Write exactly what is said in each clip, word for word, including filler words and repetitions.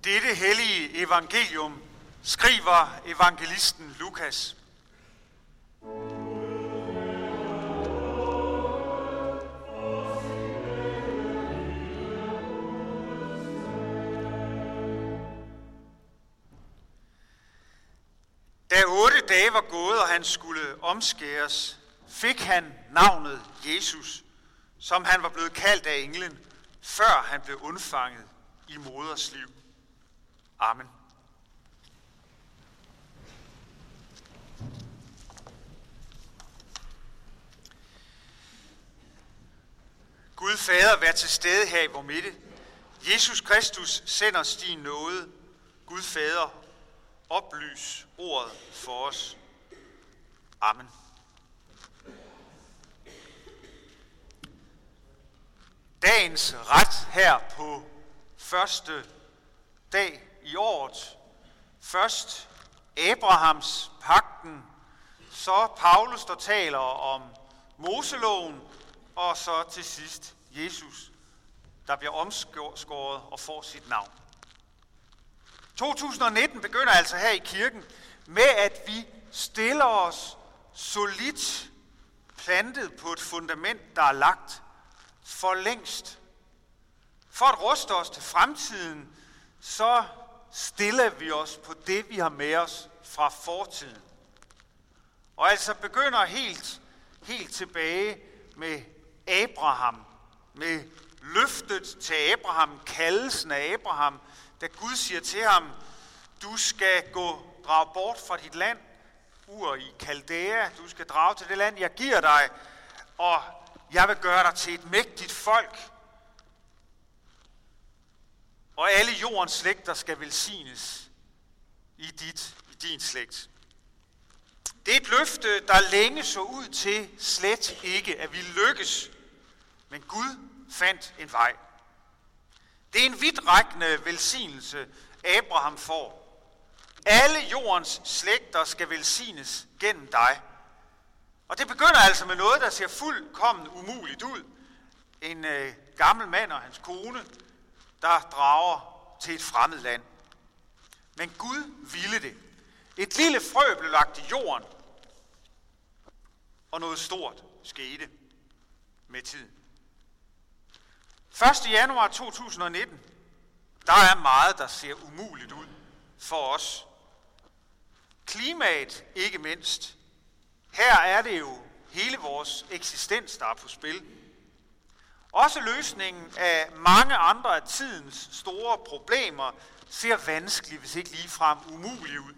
Dette hellige evangelium skriver evangelisten Lukas. Da otte dage var gået, og han skulle omskæres, fik han navnet Jesus, som han var blevet kaldt af englen, før han blev undfanget i moders liv. Amen. Gud Fader, vær til stede her i vor midte. Jesus Kristus sender os din nåde. Gud Fader, oplys ordet for os. Amen. Dagens ret her på første dag i året. Først Abrahams pagten, så Paulus, der taler om Moseloven, og så til sidst Jesus, der bliver omskåret og får sit navn. to tusind nitten begynder altså her i kirken med, at vi stiller os solidt plantet på et fundament, der er lagt for længst. For at ruste os til fremtiden, så stiller vi os på det, vi har med os fra fortiden. Og altså begynder helt, helt tilbage med Abraham, med løftet til Abraham, kaldelsen af Abraham, da Gud siger til ham, du skal gå, drage bort fra dit land, Ur i Kaldæa, du skal drage til det land, jeg giver dig, og jeg vil gøre dig til et mægtigt folk. Og alle jordens slægter skal velsignes i, dit, i din slægt. Det er et løfte, der længe så ud til slet ikke at vi lykkes, men Gud fandt en vej. Det er en vidtrækkende velsignelse, Abraham får. Alle jordens slægter skal velsignes gennem dig. Og det begynder altså med noget, der ser fuldkommen umuligt ud. En øh, gammel mand og hans kone, der drager til et fremmed land. Men Gud ville det. Et lille frø blev lagt i jorden, og noget stort skete med tiden. første januar to tusind nitten, der er meget, der ser umuligt ud for os. Klimaet ikke mindst. Her er det jo hele vores eksistens, der er på spil. Også løsningen af mange andre af tidens store problemer ser vanskelig, hvis ikke ligefrem umulig ud.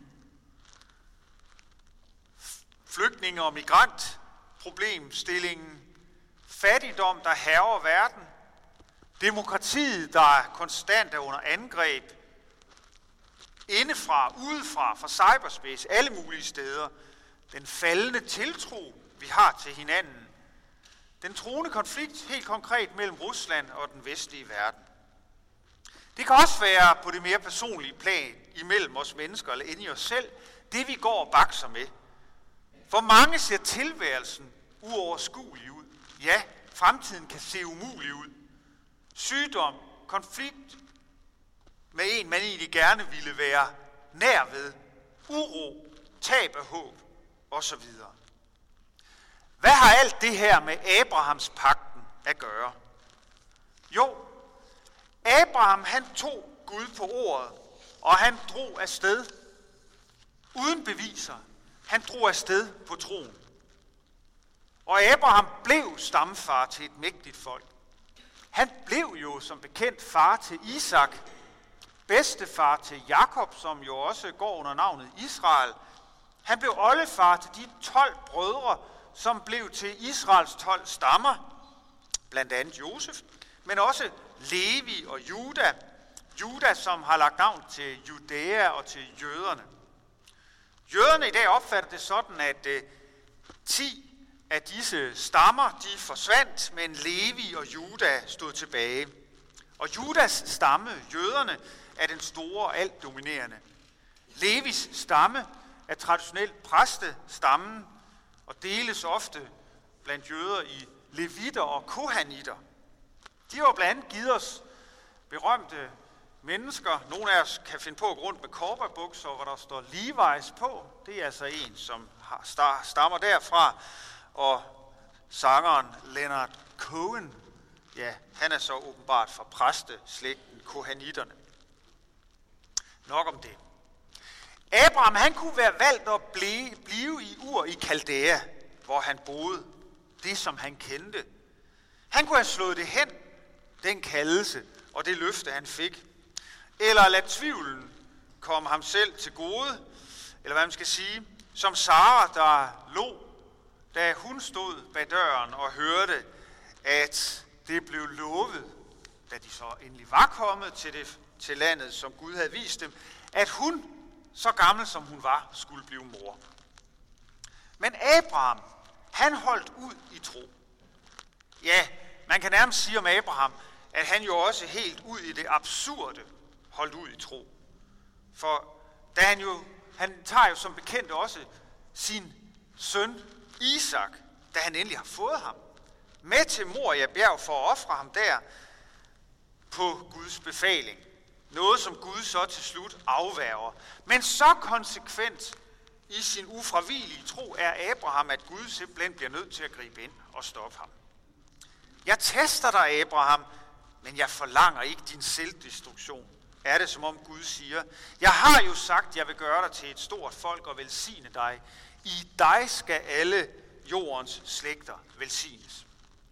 Flygtninge- og migrantproblemstillingen, fattigdom, der hærger verden, demokratiet, der konstant er under angreb, indefra, udefra, fra cyberspace, alle mulige steder, den faldende tiltro, vi har til hinanden, den truende konflikt helt konkret mellem Rusland og den vestlige verden. Det kan også være på det mere personlige plan imellem os mennesker eller inde i os selv, det vi går og bakser med. For mange ser tilværelsen uoverskuelig ud. Ja, fremtiden kan se umulig ud. Sygdom, konflikt med en, man egentlig gerne ville være nær ved, uro, tab af håb osv. Hvad har alt det her med Abrahams pagten at gøre? Jo, Abraham han tog Gud på ordet, og han drog afsted uden beviser. Han drog afsted på troen. Og Abraham blev stamfar til et mægtigt folk. Han blev jo som bekendt far til Isak, bedstefar til Jakob, som jo også går under navnet Israel. Han blev oldefar til de tolv brødre, som blev til Israels tolv stammer, blandt andet Josef, men også Levi og Juda. Juda, som har lagt navn til Judæa og til jøderne. Jøderne i dag opfatter det sådan, at eh, ti af disse stammer, de forsvandt, men Levi og Juda stod tilbage. Og Judas stamme, jøderne, er den store og alt dominerende. Levis stamme er traditionelt præstestammen og deles ofte blandt jøder i levitter og kohanitter. De har blandt andet givet os berømte mennesker. Nogle af os kan finde på at gå rundt med cowboybukser, hvor der står Levi's på. Det er altså en, som har, stammer derfra. Og sangeren Leonard Cohen, ja, han er så åbenbart fra præsteslægten Kohanitterne. Nok om det. Abraham, han kunne være valgt at blive, blive i Ur i Kaldæa, hvor han boede. Det, som han kendte. Han kunne have slået det hen, den kaldelse og det løfte, han fik. Eller lade tvivlen komme ham selv til gode, eller hvad man skal sige, som Sara, der lå, da hun stod bag døren og hørte, at det blev lovet, da de så endelig var kommet til, det, til landet, som Gud havde vist dem, at hun, så gammel som hun var, skulle blive mor. Men Abraham, han holdt ud i tro. Ja, man kan nærmest sige om Abraham, at han jo også helt ud i det absurde holdt ud i tro. For da han jo, han tager jo som bekendt også sin søn Isak, da han endelig har fået ham, med til Moria bjerg for at ofre ham der på Guds befaling. Noget, som Gud så til slut afværger. Men så konsekvent i sin ufravigelige tro er Abraham, at Gud simpelthen bliver nødt til at gribe ind og stoppe ham. Jeg tester dig, Abraham, men jeg forlanger ikke din selvdestruktion. Er det som om Gud siger, jeg har jo sagt, jeg vil gøre dig til et stort folk og velsigne dig. I dig skal alle jordens slægter velsignes.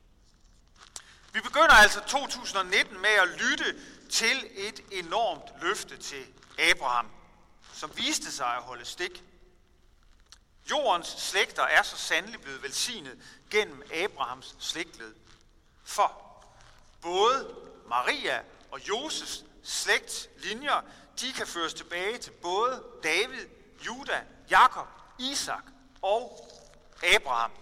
Vi begynder altså to tusind nitten med at lytte til et enormt løfte til Abraham, som viste sig at holde stik. Jordens slægter er så sandelig blevet velsignet gennem Abrahams slægtled. For både Maria og Josefs slægtlinjer, de kan føres tilbage til både David, Juda, Jakob, Isak og Abraham.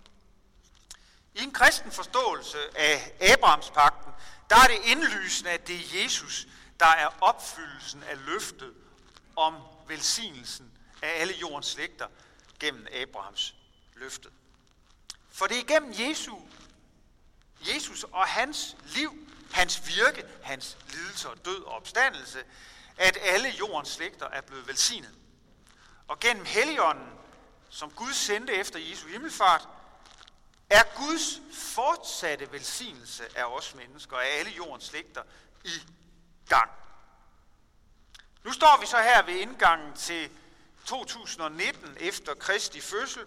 I en kristen forståelse af Abrahamspagten, der er det indlysende, at det er Jesus, der er opfyldelsen af løftet om velsignelsen af alle jordens slægter gennem Abrahams løfte. For det er gennem Jesu, Jesus og hans liv, hans virke, hans lidelse og død og opstandelse, at alle jordens slægter er blevet velsignet. Og gennem Helligånden, som Gud sendte efter Jesu himmelfart, er Guds fortsatte velsignelse af os mennesker og af alle jordens slægter i gang. Nu står vi så her ved indgangen til to tusind nitten efter Kristi fødsel.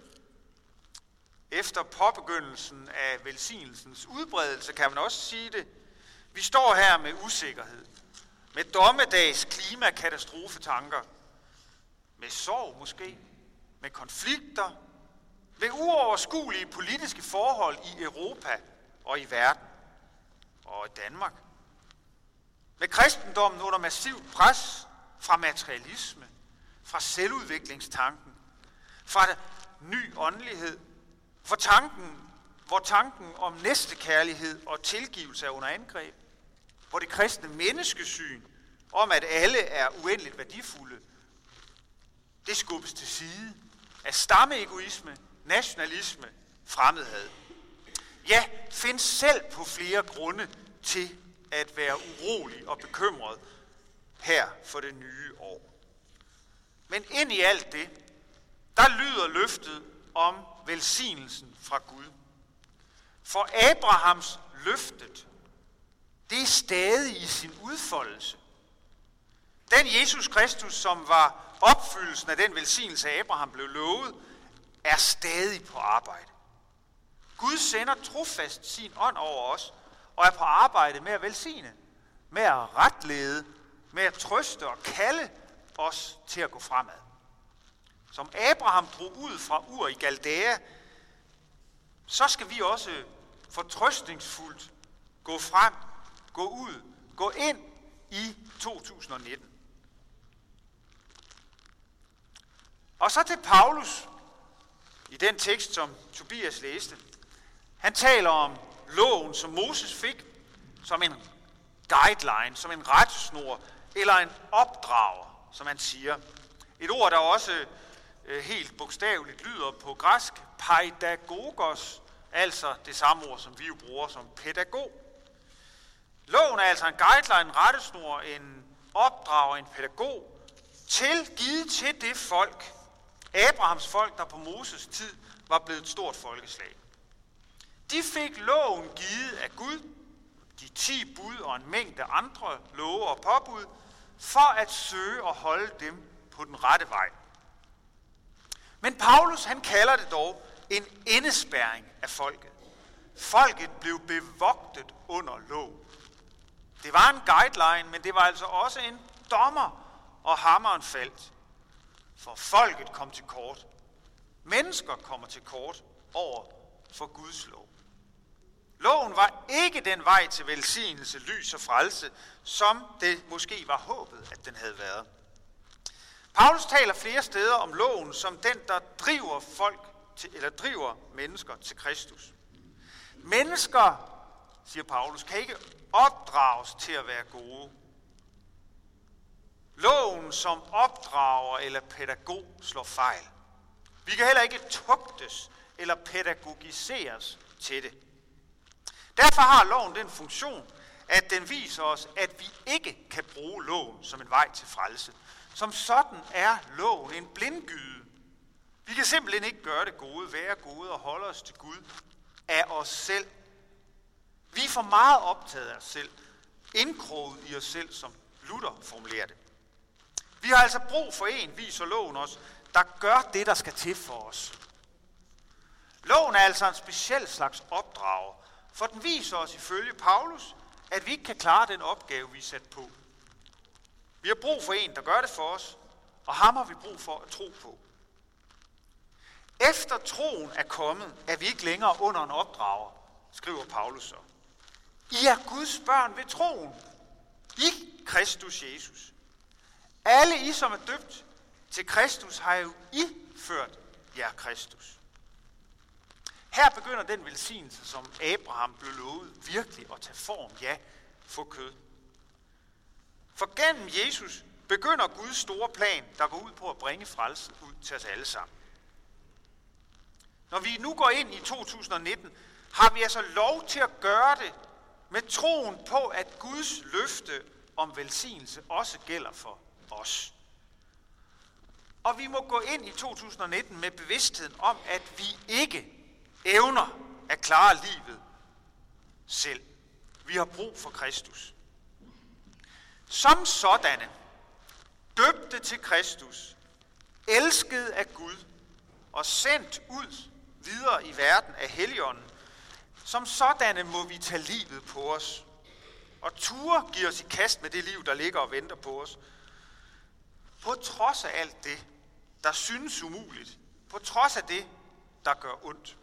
Efter påbegyndelsen af velsignelsens udbredelse, kan man også sige det. Vi står her med usikkerhed, med dommedags klimakatastrofetanker, med sorg måske, med konflikter, med uoverskuelige politiske forhold i Europa og i verden og i Danmark. Med kristendommen under massivt pres fra materialisme, fra selvudviklingstanken, fra ny åndelighed, for tanken, hvor tanken om næstekærlighed og tilgivelse er under angreb, hvor det kristne menneskesyn om, at alle er uendeligt værdifulde, det skubbes til side af stammeegoisme, nationalisme, fremmedhad. Ja, find selv på flere grunde til at være urolig og bekymret her for det nye år. Men ind i alt det, der lyder løftet om velsignelsen fra Gud. For Abrahams løftet, det er stadig i sin udfoldelse. Den Jesus Kristus, som var opfyldelsen af den velsignelse, Abraham blev lovet, er stadig på arbejde. Gud sender trofast sin ånd over os, og er på arbejde med at velsigne, med at retlede, med at trøste og kalde os til at gå fremad. Som Abraham drog ud fra Ur i Kaldæa, så skal vi også fortrøstningsfuldt gå frem, gå ud, gå ind i to tusind nitten. Og så til Paulus, i den tekst, som Tobias læste. Han taler om loven, som Moses fik, som en guideline, som en rettesnor, eller en opdrager, som han siger. Et ord, der også øh, helt bogstaveligt lyder på græsk, paidagogos, altså det samme ord, som vi jo bruger som pædagog. Loven er altså en guideline, en rettesnor, en opdrager en pædagog til, givet til det folk, Abrahams folk, der på Moses tid var blevet et stort folkeslag. De fik loven givet af Gud, de ti bud og en mængde andre love og påbud, for at søge og holde dem på den rette vej. Men Paulus, han kalder det dog en indespærring af folket. Folket blev bevogtet under lov. Det var en guideline, men det var altså også en dommer, og hammeren faldt. For folket kom til kort. Mennesker kommer til kort over for Guds lov. Loven var ikke den vej til velsignelse, lys og frelse, som det måske var håbet, at den havde været. Paulus taler flere steder om loven som den, der driver folk til, eller driver mennesker til Kristus. Mennesker, siger Paulus, kan ikke opdrages til at være gode. Loven som opdrager eller pædagog slår fejl. Vi kan heller ikke tugtes eller pædagogiseres til det. Derfor har loven den funktion, at den viser os, at vi ikke kan bruge loven som en vej til frelse. Som sådan er loven en blindgyde. Vi kan simpelthen ikke gøre det gode, være gode og holde os til Gud af os selv. Vi er for meget optaget af os selv, indkroget i os selv, som Luther formulerer det. Vi har altså brug for en, viser loven os, der gør det, der skal til for os. Loven er altså en speciel slags opdrager, for den viser os ifølge Paulus, at vi ikke kan klare den opgave, vi er sat på. Vi har brug for en, der gør det for os, og ham har vi brug for at tro på. Efter troen er kommet, er vi ikke længere under en opdrager, skriver Paulus så. I er Guds børn ved troen, i Kristus Jesus. Alle I, som er døbt til Kristus, har jo iført jer Kristus. Her begynder den velsignelse, som Abraham blev lovet, virkelig at tage form, ja, få kød. For gennem Jesus begynder Guds store plan, der går ud på at bringe frelsen ud til os alle sammen. Når vi nu går ind i to tusind nitten, har vi altså lov til at gøre det med troen på, at Guds løfte om velsignelse også gælder for os. Og vi må gå ind i to tusind nitten med bevidstheden om, at vi ikke evner at klare livet selv. Vi har brug for Kristus. Som sådanne, døbte til Kristus, elsket af Gud og sendt ud videre i verden af Helligånden, som sådanne må vi tage livet på os og ture give os i kast med det liv, der ligger og venter på os. På trods af alt det, der synes umuligt, på trods af det, der gør ondt.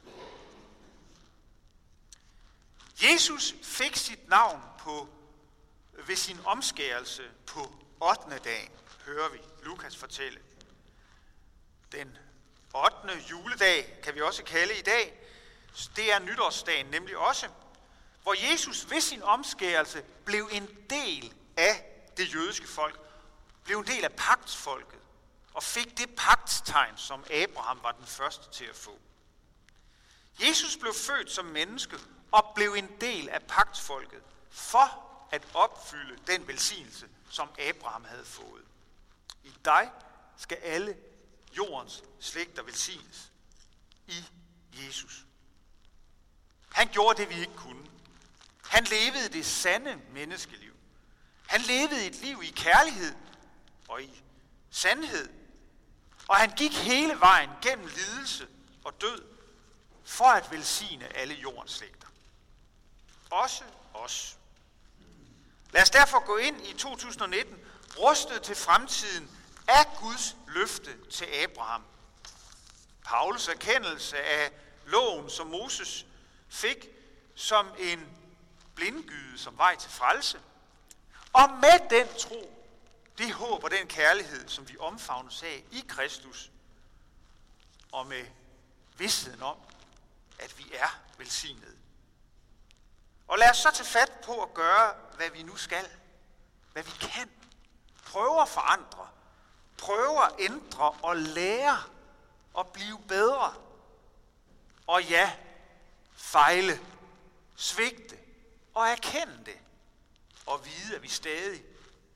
Jesus fik sit navn på, ved sin omskærelse på ottende dagen, hører vi Lukas fortælle. Den ottende juledag kan vi også kalde i dag. Det er nytårsdagen nemlig også, hvor Jesus ved sin omskærelse blev en del af det jødiske folk, blev en del af pagtsfolket, og fik det pagtstegn, som Abraham var den første til at få. Jesus blev født som menneske og blev en del af pagtsfolket, for at opfylde den velsignelse, som Abraham havde fået. I dig skal alle jordens slægter velsignes. I Jesus. Han gjorde det, vi ikke kunne. Han levede det sande menneskeliv. Han levede et liv i kærlighed og i sandhed. Og han gik hele vejen gennem lidelse og død for at velsigne alle jordens slægter. Også os. Lad os derfor gå ind i to tusind nitten rustet til fremtiden af Guds løfte til Abraham. Paulus erkendelse af loven, som Moses fik som en blindgyde, som vej til frelse. Og med den tro, det håb og den kærlighed, som vi omfavnes af i Kristus, og med vidstheden om, at vi er velsignede. Og lad os så tage fat på at gøre, hvad vi nu skal, hvad vi kan. Prøve at forandre, prøve at ændre og lære og blive bedre. Og ja, fejle, svigte og erkende det. Og vide, at vi stadig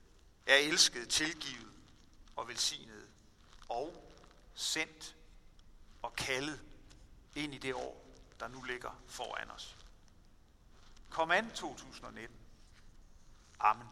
er elsket, tilgivet og velsignet og sendt og kaldet ind i det år, der nu ligger foran os. Kom an to tusind nitten. Amen.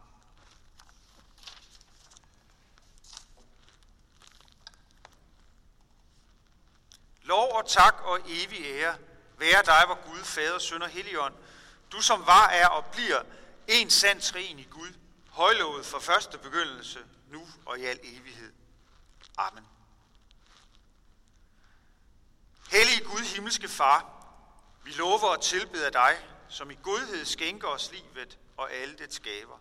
Lov og tak og evig ære være dig, vor Gud, Fader, Søn og Helligånd, du som var, er og bliver en sand treenig Gud, højlovet fra første begyndelse, nu og i al evighed. Amen. Hellige Gud, himmelske Far, vi lover og tilbeder dig, som i godhed skænker os livet og alle dets gaver.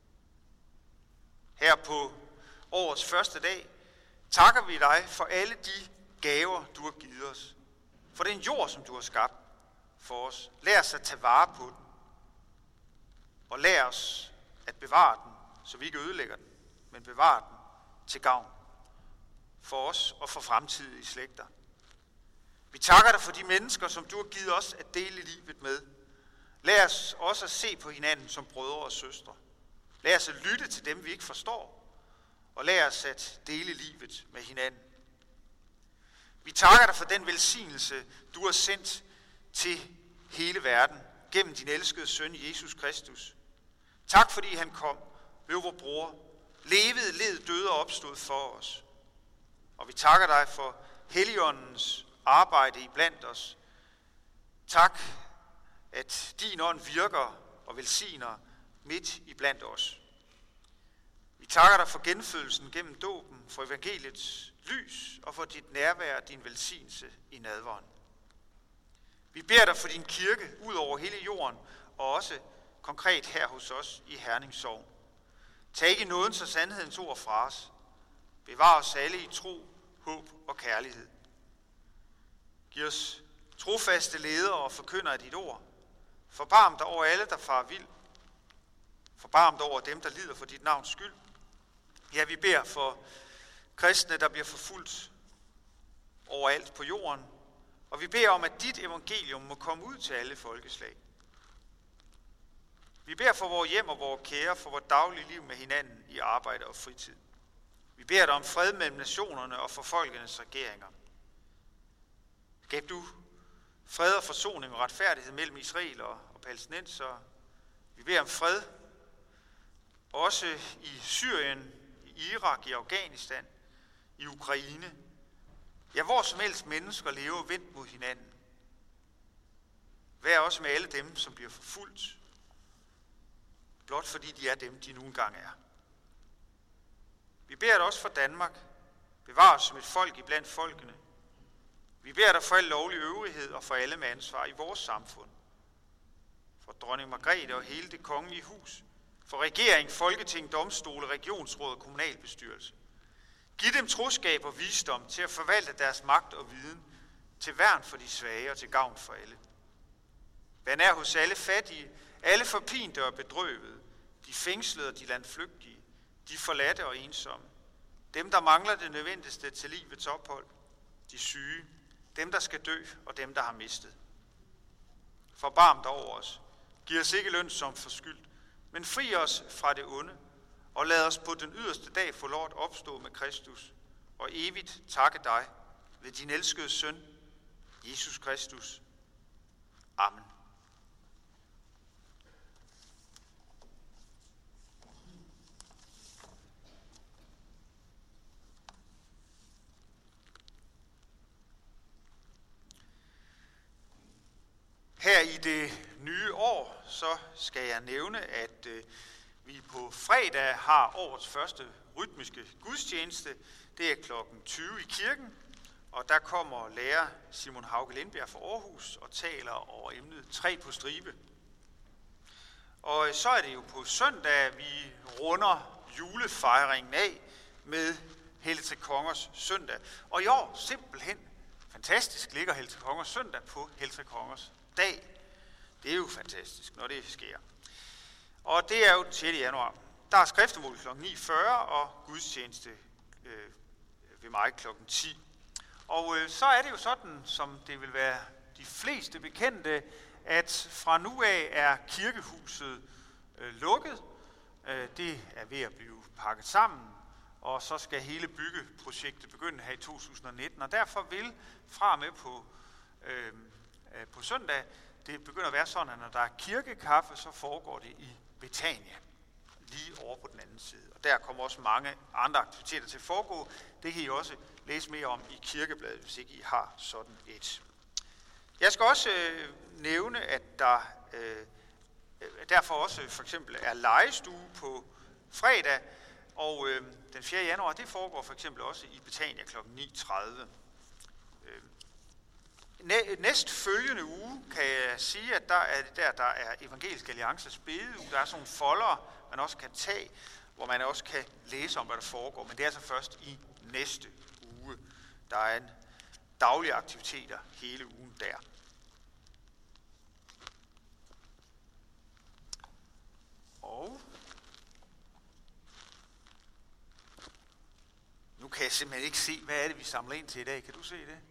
Her på årets første dag takker vi dig for alle de gaver, du har givet os. For den jord, som du har skabt for os. Lær os at tage vare på den. Og lær os at bevare den, så vi ikke ødelægger den, men bevare den til gavn for os og for fremtidige slægter. Vi takker dig for de mennesker, som du har givet os at dele livet med. Lær os også at se på hinanden som brødre og søstre. Lær os at lytte til dem, vi ikke forstår, og lær os at dele livet med hinanden. Vi takker dig for den velsignelse, du har sendt til hele verden gennem din elskede søn Jesus Kristus. Tak fordi han kom, blev vor bror, levede, led, døde og opstod for os. Og vi takker dig for Helligåndens arbejde iblandt os. Tak, at din ånd virker og velsigner midt iblandt os. Vi takker dig for genfødelsen gennem dåben, for evangeliets lys og for dit nærvær og din velsignelse i nadveren. Vi beder dig for din kirke ud over hele jorden og også konkret her hos os i Herning Sogn. Tag ikke nådens og sandhedens ord fra os. Bevar os alle i tro, håb og kærlighed. Giv os trofaste ledere og forkynder af dit ord. Forbarm dig over alle, der farer vild. Forbarm dig over dem, der lider for dit navns skyld. Ja, vi beder for kristne, der bliver forfulgt overalt på jorden. Og vi beder om, at dit evangelium må komme ud til alle folkeslag. Vi beder for vores hjem og vores kære, for vores daglige liv med hinanden i arbejde og fritid. Vi beder dig om fred mellem nationerne og for folkenes regeringer. Gab du fred og forsoning og retfærdighed mellem Israel og palæstinenser. Vi beder om fred, også i Syrien, i Irak, i Afghanistan, i Ukraine. Ja, hvor som helst mennesker lever vendt mod hinanden. Vær også med alle dem, som bliver forfulgt, blot fordi de er dem, de nu engang er. Vi beder dig også for Danmark. Bevar os som et folk iblandt folkene. Vi beder dig for al lovlig øvrighed og for alle med ansvar i vores samfund. For dronning Margrethe og hele det kongelige hus. For regering, folketing, domstole, regionsråd og kommunalbestyrelse. Giv dem troskab og visdom til at forvalte deres magt og viden til værn for de svage og til gavn for alle. Vær nær hos alle fattige, alle forpinte og bedrøvede, de fængslede og de landflygtige, de forladte og ensomme, dem, der mangler det nødvendigste til livets ophold, de syge, dem, der skal dø og dem, der har mistet. Forbarm dig over os. Giv os ikke løn som forskyldt, men fri os fra det onde, og lad os på den yderste dag få lov at opstå med Kristus, og evigt takke dig ved din elskede søn, Jesus Kristus. Amen. Her i det nye år, så skal jeg nævne, at øh, vi på fredag har årets første rytmiske gudstjeneste. Det er klokken tyve i kirken, og der kommer lærer Simon Hauge Lindberg fra Aarhus og taler over emnet Tre på stribe. Og så er det jo på søndag, vi runder julefejringen af med Hellig Kongers søndag. Og i år simpelthen fantastisk ligger Hellig Kongers søndag på Hellig Kongers dag. Det er jo fantastisk, når det sker. Og det er jo den sjette januar. Der er skriftemål klokken ni fyrre og gudstjeneste øh, ved mig klokken ti. Og øh, så er det jo sådan, som det vil være de fleste bekendte, at fra nu af er kirkehuset øh, lukket. Det er ved at blive pakket sammen, og så skal hele byggeprojektet begynde her i to tusind og nitten, og derfor vil fra og med på, øh, på søndag, det begynder at være sådan, at når der er kirkekaffe, så foregår det i Betania, lige over på den anden side. Og der kommer også mange andre aktiviteter til at foregå. Det kan I også læse mere om i Kirkebladet, hvis ikke I har sådan et. Jeg skal også øh, nævne, at der øh, derfor også for eksempel er legestue på fredag, og øh, den fjerde januar, det foregår for eksempel også i Betania klokken ni tredive. Øh, næ- næst følgende uge kan jeg sige, at der er det der, der er Evangelisk Alliances bedeuge. Der er sådan nogle foldere, man også kan tage, hvor man også kan læse om, hvad der foregår, men det er altså først i næste uge. Der er en daglige aktiviteter hele ugen der. Og nu kan jeg simpelthen ikke se, hvad er det, vi samler ind til i dag. Kan du se det?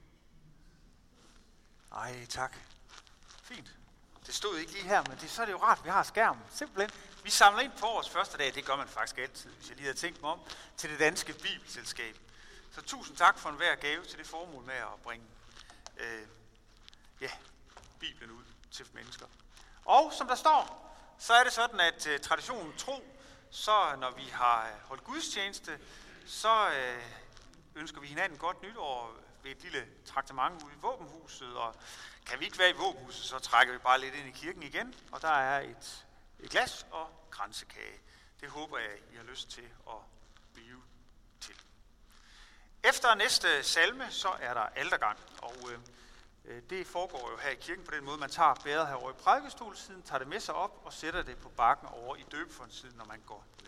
Ej, tak. Fint. Det stod ikke lige her, men det, så er det jo rart, at vi har skærmen. Simpelthen. Vi samler ind på vores første dag, det gør man faktisk altid, hvis jeg lige havde tænkt mig om, til det danske bibelselskab. Så tusind tak for enhver gave til det formål med at bringe øh, ja, Bibelen ud til mennesker. Og som der står, så er det sådan, at uh, traditionen tro, så når vi har holdt gudstjeneste, så øh, ønsker vi hinanden godt nytår ved et lille traktement ude i våbenhuset, og kan vi ikke være i våbenhuset, så trækker vi bare lidt ind i kirken igen, og der er et, et glas og kransekage. Det håber jeg, I har lyst til at blive til. Efter næste salme, så er der altergang, og øh, det foregår jo her i kirken på den måde, man tager bæret herovre i prædikestolsiden, tager det med sig op og sætter det på bakken over i døbefontssiden, når man går ned.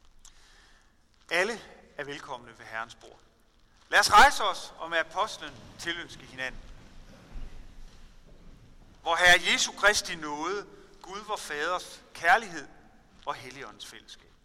Alle er velkomne ved Herrens bord. Lad os rejse os og med apostlen tilønske hinanden. Vor Herre Jesu Kristi nåde, Gud vor Faders kærlighed og Helligåndens fællesskab